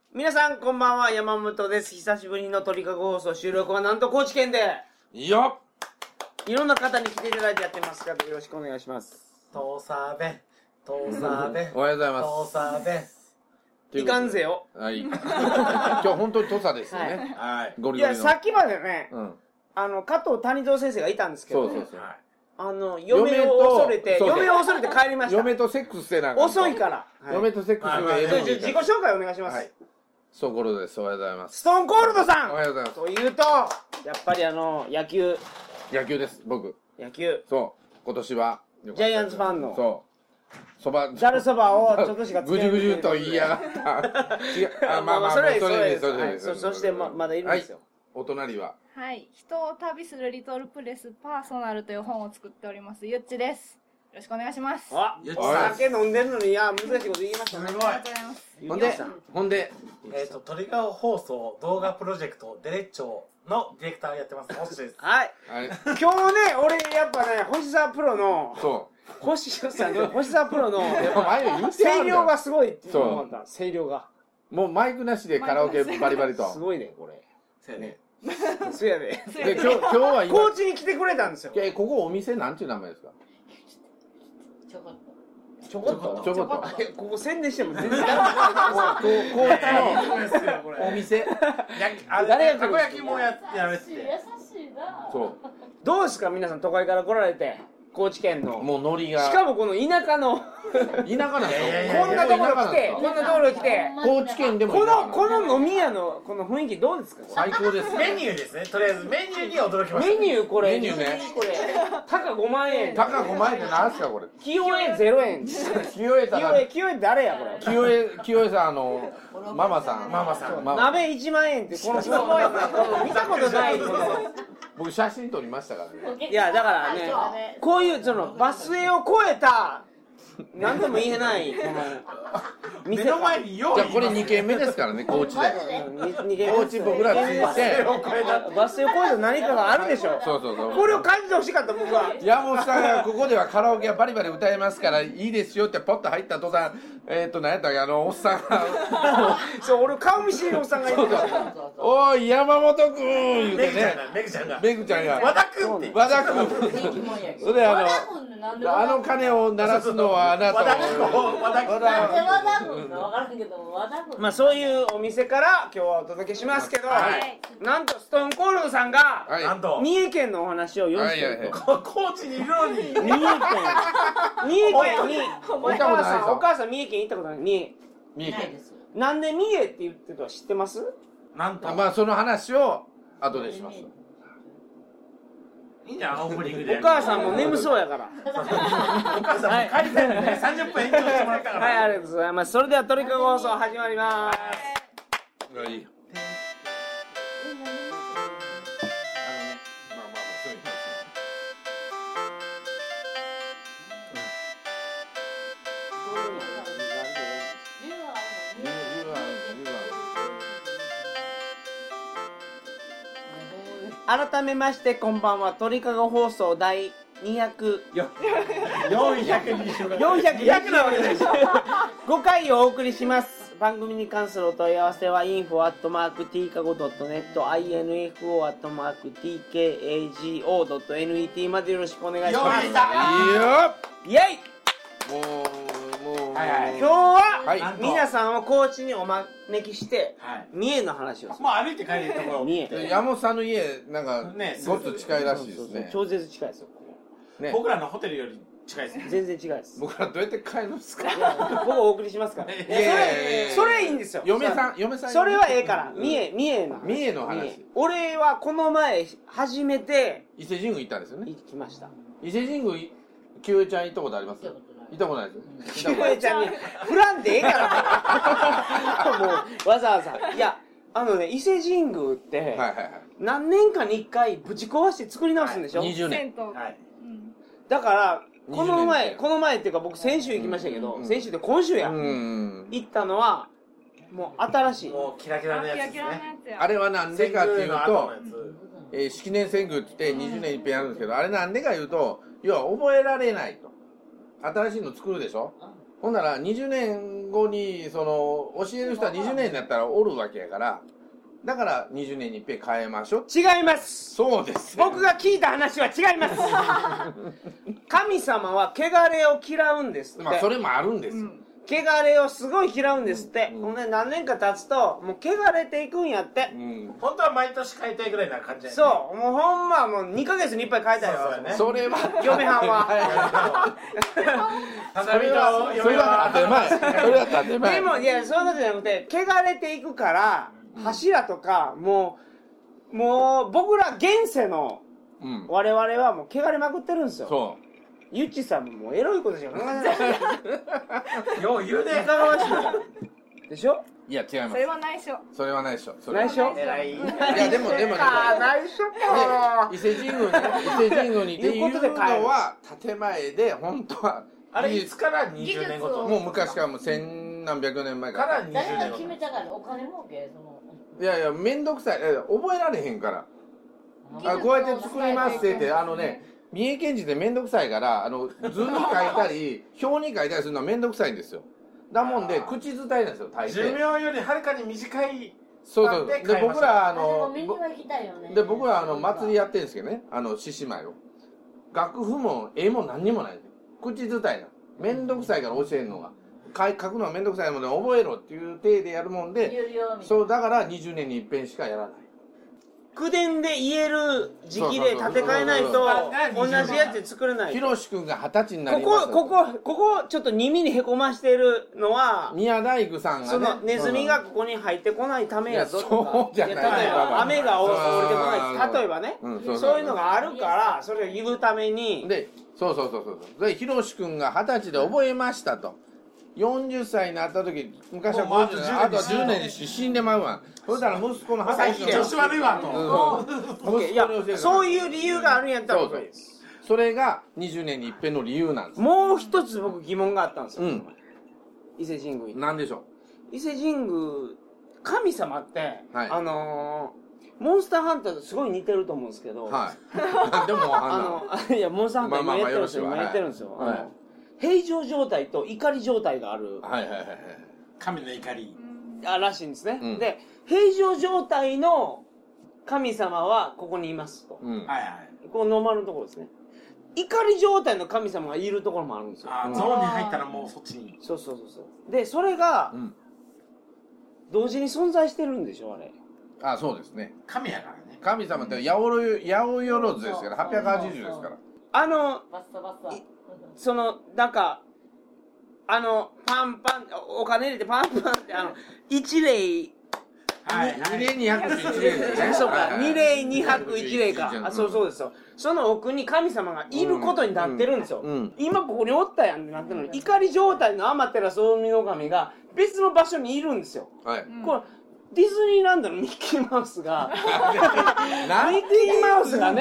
皆さんこんばんは、山本です。久しぶりの鳥かご放送収録はなんと高知県でいいよ。 いろんな方に来ていただいてやってますから、よろしくお願いします。 トサベトサベおはようございます。 トサベいかんぜよ。 はい。今日本当に土佐ですよね。はい。ゴリいや、 ゴリの。 さっきまでね、 うん。 加藤谷蔵先生がいたんですけど、 そうそうそう。 嫁を恐れて帰りました。 嫁とセックスしてなんか。 遅いから。 嫁とセックスして自己紹介お願いします。はい。 ストーンコールドです。おはようございます。 ストーンコールドさん。 おはようございます。 というと、やっぱり野球です、僕。 野球。 そう。今年は。 ジャイアンツファンの。 そう。 ざるそばをちょっとしかぐじゅぐじゅと言いやがった。違う。まあ、それです。 そしてまだいるんですよ。 お隣は。 はい。人を旅するリトルプレスパーソナルという本を作っております、ゆっちです。よろしくお願いします。 ゆっちさん。酒飲んでるのに、いや、難しいこと言いましたね。 ありがとうございます。 ほんで、 鳥かご放送動画プロジェクトデレッチョのディレクターやってます、星です。 はい。今日ね、俺やっぱね、星沢プロの、 そう。 星沢プロの、声量がすごいって思った。声量が。 もうマイクなしでカラオケバリバリと。 すごいね、これ。 そうやね。 そうやで。 で、今日は高知に来てくれたんですよ。 ここお店なんていう名前ですか？ ちょこっと。ここ宣伝しても全然高知のお店。 誰がたこ焼きもやめて。 優しいな。 そう。 どうですか皆さん、都会から来られて、高知県の。 もうノリが。 しかもこの田舎の。 田舎なんですよ。 こんなところ来て、 高知県でも。 この飲み屋のこの雰囲気どうですか？ 最高です。 メニューですね。とりあえずメニューに驚きました。 メニューこれ。 メニューね。 これ。高5万円。 高5万円って何すかこれ。 清江0円。清江誰やこれ。 清江さんママさん。 鍋1万円ってこのすごい見たことない。 僕写真撮りましたからね。 いやだからね、こういうそのバスへを超えた何とも言えないこの目の前に用意。 じゃあこれ2軒目ですからね、高知で。高知僕らついてバスへを超えた何かがあるでしょ。 そうこれを感じてほしかった僕は。 山本さんがここではカラオケはバリバリ歌えますからいいですよってポッと入った途端何やったっけおっさんがそう俺顔見知りのおっさんがいるから。 おい山本君言うてね。 めぐちゃんが和田君って。 和田君。それで鐘を鳴らすのはあなた。 まあそういうお店から今日はお届けしますけど、なんとストーンコールドさんが三重県のお話を用意してる。 高知にいるのに。 三重県にお母さん三重県行ったことない。三重県。なんで三重って言ってるか知ってます？ なんと。 まあその話を後でします。 いいんじゃん、オープニングで。 お母さんも眠そうやから。 お母さんも帰りたいので30分延長してもらったから。 はい、ありがとうございます。それでは鳥かご放送始まります。改めましてこんばんは。鳥かご放送第425回をお送りします。番組に関するお問い合わせは info@tkago.net info@tkago.net までよろしくお願いします。 いいよ。 イエイ。今日は皆さんを高知にお招きして三重の話をする。 もう歩いて帰れるところ。 山本さんの家なんかごっつ近いらしいですね。 超絶近いですよ。 僕らのホテルより近いです。 全然違いです。 僕らどうやって帰るんですか？ 僕お送りしますから。それいいんですよ。 嫁さんそれはええから三重の話。 俺はこの前初めて伊勢神宮行ったんですよね。 行きました。 伊勢神宮清江ちゃん行ったことあります？行ったことないです。 清江ちゃんにフランでええからもうわざわざ。いや伊勢神宮って何年かに1回ぶち壊して作り直すんでしょ ？20年。 だからこの前っていうか僕先週行きましたけど、先週で今週や行ったのはもう新しい、 もうキラキラのやつですね。 あれはなんでかっていうと式年遷宮って20年いっぺんやるんですけど、あれなんでかいうと要は覚えられないと。新しいの作るでしょ。ほんなら20年年後にその教える人は20年になったらおるわけやから、だから20年に一遍変えましょう。 違います。 そうです。 僕が聞いた話は違います。神様は汚れを嫌うんですって。 まあそれもあるんですよ。 汚れをすごい嫌うんですって。ほんで何年か経つともう汚れていくんやって。 本当は毎年変えたいぐらいな感じだよね。 そう、もうほんまもう2ヶ月にいっぱい変えたいよね。 それは嫁はんは。 それは当て前。それは当て前。 でもいやそういうことじゃなくて、汚れていくから柱とかもう僕ら現世の我々はもう汚れまくってるんですよ。 そう。 ゆっちさんもエロいことしか考えない。 よう言うね。 いかがわしいでしょ。 いや違います。 それは内緒。 それは内緒。 内緒。 偉い。 いやでも内緒か。伊勢神宮にっていうのは建前で本当はあれいつから20年ごと。 もう昔からもう千何百年前から。 誰が決めたからお金儲けその。 いやいや面倒くさい。覚えられへんから。こうやって作りますって三重県人で面倒くさいから図に書いたり表に書いたりするのは面倒くさいんですよ。だもんで口伝えなんですよ。大抵寿命よりはるかに短い。 そうで僕らで僕ら祭りやってるんですけどね、獅子舞を楽譜も絵も何にもない。口伝えな面倒くさいから教えるのが書くのは面倒くさいもんで覚えろっていう体でやるもんで、そうだから20年に一遍しかやらない。口伝で言える時期で建て替えないと同じやつ作れない。ひろし君が20歳になります。ここちょっと耳にへこましてるのは宮大工さんがね、そのネズミがここに入ってこないためやぞとか、そうじゃない、例えば雨が降りてこない、例えばね、そういうのがあるからそれを言うためにで、そうでひろし君が20歳で覚えましたと。40歳になった時、昔は50年、あとは10年で死んでまうわ。そしたら息子の20歳調子悪いわと。 いや、そういう理由があるんやったらいいです。 それが20年に一遍の理由なんです。 もう一つ僕疑問があったんですよ。伊勢神宮に。 なんでしょう。伊勢神宮、神様って、モンスターハンターとすごい似てると思うんですけど。 はい。でもいや、モンスターハンター今やってるんですよ。平常状態と怒り状態がある。 神の怒り。 らしいんですね。で、平常状態の神様はここにいますと。このノーマルのところですね。怒り状態の神様がいるところもあるんですよ。 ゾーンに入ったらもうそっちに。 そう。で、それが、同時に存在してるんでしょ、あれ。 そうですね。 神やからね。 神様って八百万ですから、880ですから。 バッサバッサ。 なんか、パンパン、お金入れてパンパンって、一礼、 二礼二拍手一礼ですね。 そうか、二礼二拍一礼か。そうですよ。その奥に神様がいることになってるんですよ。今ここにおったやんってなってるのに、怒り状態の天照大神が別の場所にいるんですよ。これディズニーランドのミッキーマウスがミッキーマウスが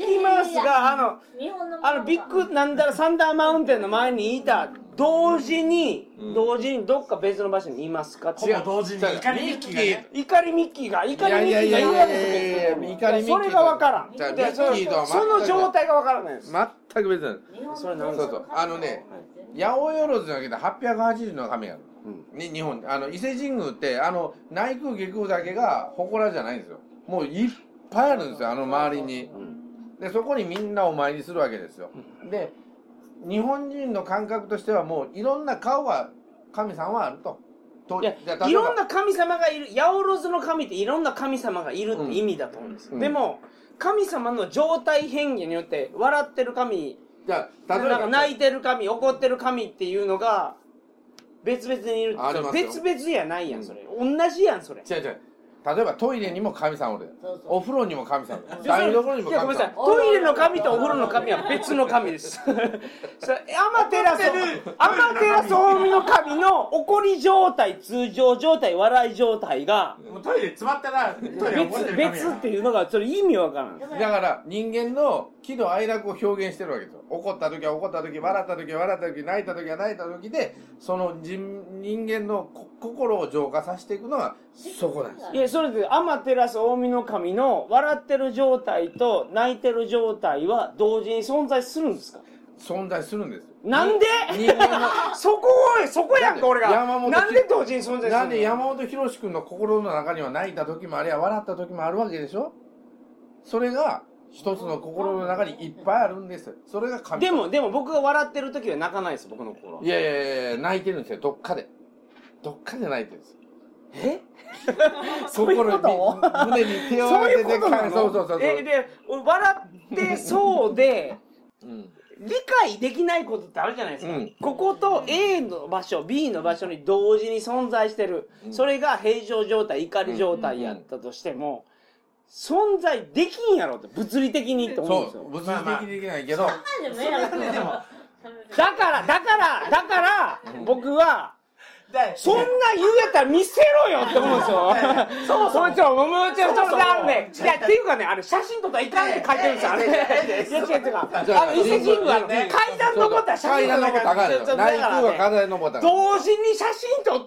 ビッグなんだらサンダーマウンテンの前にいた同時にどっか別の場所にいますか？ ほぼ同時に怒りミッキーが怒りミッキーがいるわけですよ。それが分からん。その状態が分からないです。 全く別なんです。それなんですか？八百万じゃなくて880の神がある。日本伊勢神宮って内宮外宮だけが祠じゃないんですよ。もういっぱいあるんですよ、周りに。でそこにみんなお参りするわけですよ。で日本人の感覚としてはもういろんな顔が神様はあると。 いろんな神様がいる。八百万の神っていろんな神様がいるって意味だと思うんです。でも神様の状態変化によって笑ってる神、泣いてる神、怒ってる神っていうのが別々にいる。別々やないやん、それ。同じやん、それ。 違う。例えばトイレにも神様おる。お風呂にも神様おる。台所にも神様おる。 ごめんなさい。トイレの神とお風呂の神は別の神です。それ天照大神の怒り状態、通常状態、笑い状態がトイレ詰まったら別っていうのがそれ意味わからん。 だから人間の喜怒哀楽を表現してるわけですよ。怒った時は怒った時、笑った時は笑った時、泣いた時は泣いた時で、その人間の心を浄化させていくのはそこなんです。 いや、それで天照大神の笑ってる状態と泣いてる状態は同時に存在するんですか？ 存在するんです。 なんでそこやんか俺が。なんで同時に存在するの？ なんで山本博君の心の中には泣いた時もあれや笑った時もあるわけでしょ。それが一つの心の中にいっぱいあるんです。それが神様。 でも僕が笑ってる時は泣かないです、僕の心。 いや泣いてるんですよ。どっかで泣いてるんですよ。 そういうこと？ 胸に手を当てて、 そう。で、笑ってそうで、理解できないことってあるじゃないですか。ここと A の場所、B の場所に同時に存在してる。それが平常状態、怒り状態やったとしても、存在できんやろって、物理的にって思うんですよ。 物理的にできないけど。だから、僕は、そんな言うやったら見せろよって思うんですよ。そう、もちろん、なんで。いや、っていうかね、写真撮ったらいかんって書いてるんですよ、あれ。いや、違う。伊勢神宮階段登ったら写真撮ったら内宮は階段登ったら。 同時に写真撮って、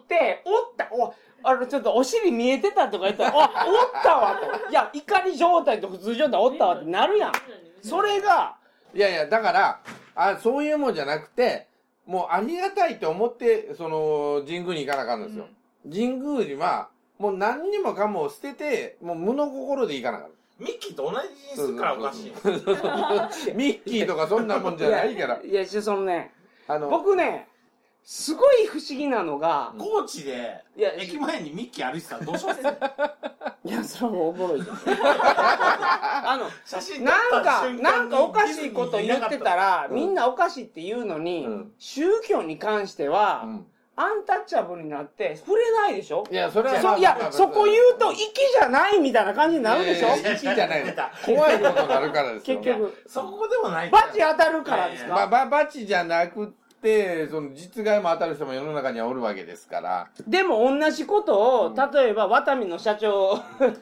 ちょっとお尻見えてたとか言ったら、おったわと。いや、怒り状態と普通状態おったわってなるやん。それが。 いや、だから、そういうもんじゃなくて、もうありがたいと思って、神宮に行かなあかんんですよ。神宮には、もう何にもかも捨てて、もう無の心で行かなあかん。 ミッキーと同じにするからおかしい。 ミッキーとかそんなもんじゃないから。 いや、僕ね、すごい不思議なのが、 高知で、駅前にミッキー歩いてたらどうします？ いや、それはおもろいじゃん。なんかおかしいこと言ってたら、みんなおかしいって言うのに、宗教に関しては、アンタッチャブルになって触れないでしょ？ いや、それはそこ言うと粋じゃないみたいな感じになるでしょ？ 粋じゃない。怖いことになるからですよ。 結局。 そこでもない。 バチ当たるからですか？ バチじゃなくて、実害も当たる人も世の中にはおるわけですから。 でも同じことを、例えばワタミの社長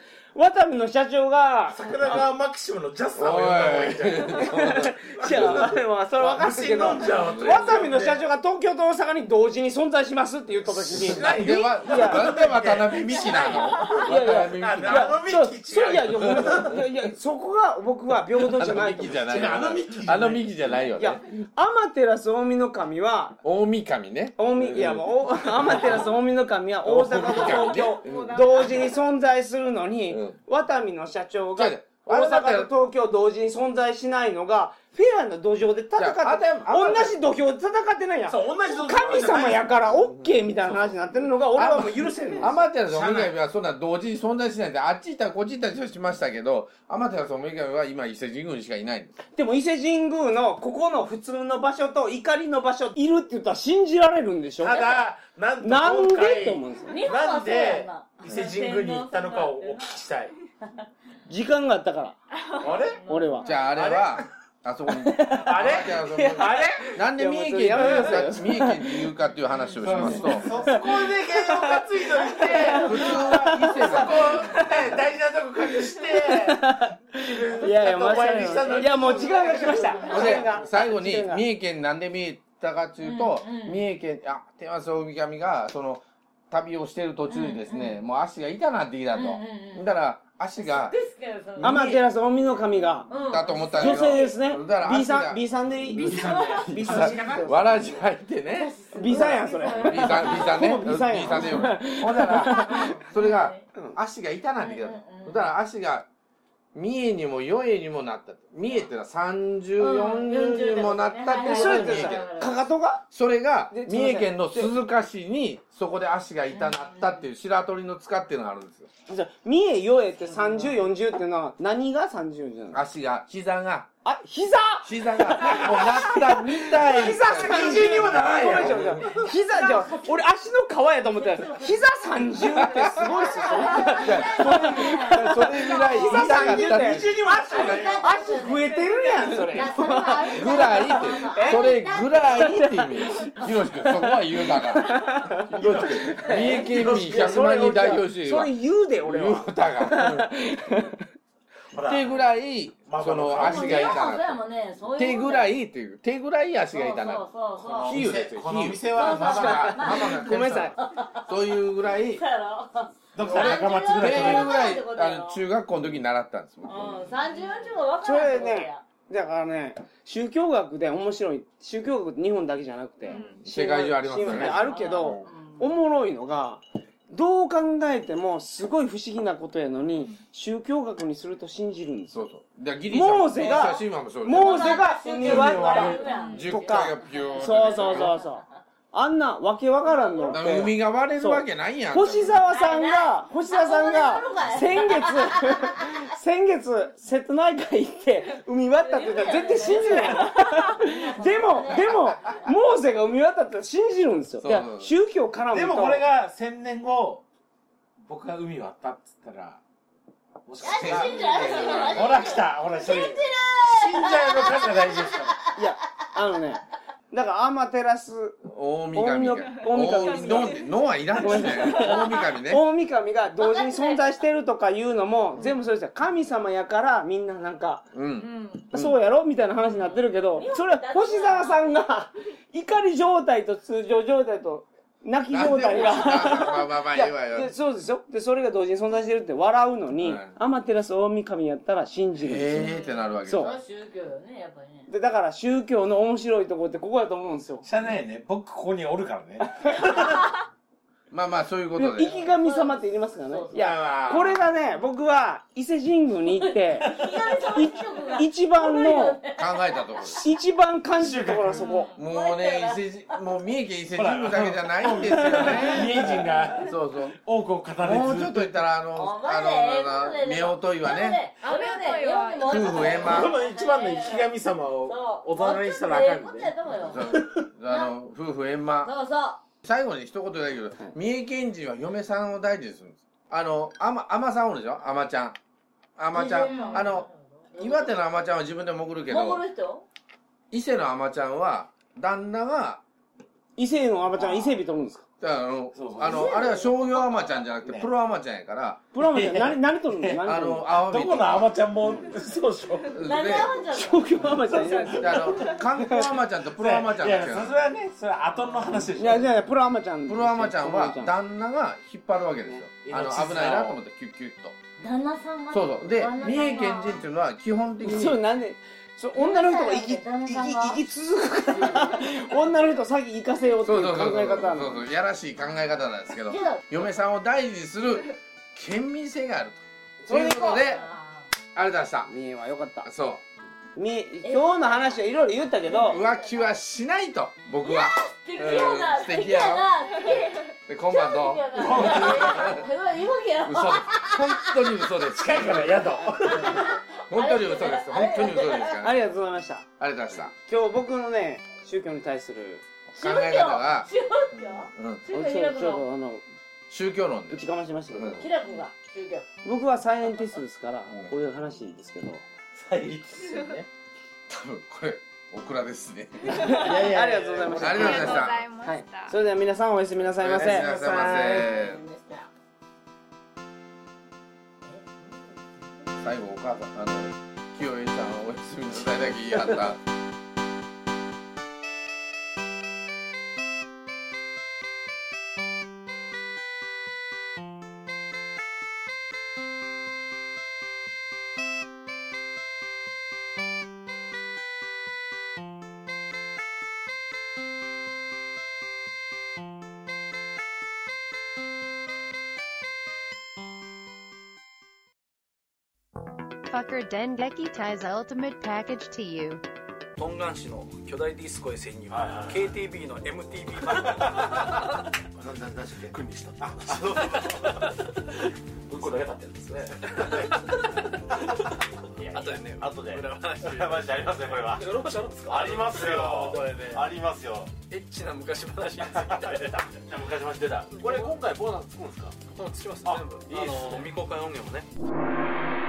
が、 桜川マキシムのジャスさんを呼んだ方がいいんじゃない？ いや、それ分かったけど、ワタミの社長が東京と大阪に同時に存在しますって言った時に、 なんで渡辺美樹なの？ いや、そこが僕は平等じゃない。 あのミキじゃないよね。 いや、天照大神の神は、 大神ね。 いや、もう、天照大神の神は大阪と東京、同時に存在するのに、ワタミの社長が大阪と東京同時に存在しないのがフェアな土壌で戦って同じ土俵で戦ってないやん。神様やからオッケーみたいな話になってるのが俺はもう許せんの。 天照大神はそんな同時に存在しないんで、あっち行ったらこっち行ったりしましたけど、天照大神は今伊勢神宮にしかいないんです。 でも伊勢神宮のここの普通の場所と怒りの場所いるって言ったら信じられるんでしょ？ ただなんでって思うんですよ。 なんで伊勢神宮に行ったのかをお聞きしたい。 時間があったから。 あれ？ 俺は。 じゃああれは、あそこに。 あれ？ なんで三重県って言うかっていう話をしますと。そこで芸能がついといて、普通は伊勢そこ大事なとこ隠して、 いやもう時間が来ました。 最後に三重県なんで見えたかっていうと、三重県、天照大神が旅をしてる途中にですね、もう足が痛なってきたと。だから足が天照大神の神がだと思ったんだけど、 女性ですね。B さんでいい？ B さん。 わらじ入ってね。 B さんやんそれ。 B さんね。B さんでよ。ほんだらそれが足が痛なってきた。だから足が三重にも四重にもなった。三重ってのは30、40にもなったってそれってさ、かかとが？ それが三重県の鈴鹿市にそこで足が痛なったっていう白鳥の塚っていうのがあるんですよ。 じゃあ三重四重って30、40っていうのは何が30じゃない？ 足が、膝が。 膝が、もうなったみたい。 膝30にもならないよ。膝じゃ俺足の皮やと思ったら、膝30ってすごいっすよ。 それぐらい膝30って20にも足増えてるやん、それ。 ぐらいって、それぐらいって意味。ひろし君、そこは言うだから。ひろし君、三重県民100万人代表してそれ言うで、俺は。 言うだから。ってぐらい、足が痛なった。手ぐらいっていう、手ぐらい足が痛なった。比喩ですよ、比喩。 この店はママがごめんなさい。 そういうぐらい、 どこか高松ぐらいぐらい、中学校の時に習ったんです。 30、40は分そからない。 れね、 だからね、宗教学で面白い、宗教学って日本だけじゃなくて、 世界中ありますよね。 あるけど、おもろいのが、どう考えてもすごい不思議なことやのに、宗教学にすると信じるんですよ。 そうそう。だからギリシャモーゼが海割るとか、そうそうそうそう。あんなわけわからんのって。 海が割れるわけないやん。 星沢さんが先月瀬戸内海行って海渡ったって言ったら絶対信じないでもモーゼが海渡ったら信じるんですよ。いや宗教絡むと。 でもこれが1000年後僕が海渡ったっつったらもしかして信じられない。 ほら来たほら信じる信者の数が大事ですからいやだからアマテラス大神のはいらんですね。大神ね。 大神が同時に存在してるとかいうのも全部そうですよ。神様やからみんななんか、そうやろみたいな話になってるけど、それは星沢さんが怒り状態と通常状態と泣き状態がそうですよ。でそれが同時に存在してるって笑うのに、アマテラス大神やったら信じるんですよ。 ってなるわけです。 そう宗教よねやっぱりね。 でだから宗教の面白いところってここやと思うんですよ。 知らないね。僕ここにおるからね。 まあそういうことで。 生き神様って言いますからね。いやこれがね、僕は伊勢神宮に行って一番の考えたところです。 一番感じるところはそこ。 もうねもう三重県伊勢神宮だけじゃないんですよね。 三重人がそう多くを語れず。 もうちょっと言ったら夫婦岩ね。夫婦円満。 この一番の生き神様をお隣にしたらあかんので。 夫婦円満。 そうそう。 最後に一言だけど、三重県人は嫁さんを大事にするんです。海さんおるでしょ、海ちゃん。岩手の海ちゃんは自分で潜るけど、伊勢の海ちゃんは旦那が伊勢の海ちゃん伊勢人おるんですか。 あれは商業アマちゃんじゃなくてプロアマちゃんやから。 プロアマちゃん何取るの？ どこのアマちゃんもそうでしょ。 商業アマちゃんじゃなくて観光アマちゃんとプロアマちゃんが違う。 いやそれはねそれは後の話でしょ。 いやプロアマちゃんは旦那が引っ張るわけですよ。危ないなと思ってキュッキュッと。 旦那さんが。 そうで三重県人っていうのは基本的に。 そうなんで。女の人が生き続くから女の人先行かせようっていう考え方そうやらしい考え方なんですけど、嫁さんを大事にする県民性があるということであれ出した。 三重は良かった。 そう今日の話はいろいろ言ったけど浮気はしないと僕は。 素敵やな。 で今晩どう？嘘です。本当に嘘です。 近いからやだ。 本当に嘘です。本当に嘘ですから。 ありがとうございました。 ありがとうございました。 今日僕のね宗教に対する考え方が宗教論で打ちかましましたけど、 僕はサイエンティストですからこういう話ですけど。 サイエンティストね。 多分これオクラですね。 ありがとうございました。 ありがとうございました。 はい。 それでは皆さんおやすみなさいませ。 おやすみなさいませ。最後お母さん清江さんおやすみなさいだけ言いはった。 Tucker Dengeki Tai's Ultimate Package to you. トンガン市の巨大ディスコへ潜入、KTB の MTV 何して君にしたうんこだけ立ってるんですねあとでね後で裏話ありますね。これは裏話あるんですか。ありますよこれね。ありますよ。エッチな昔話について昔話出た。これ今回ボーナスつくんですか。つきます。全部いいです。未公開音源もね。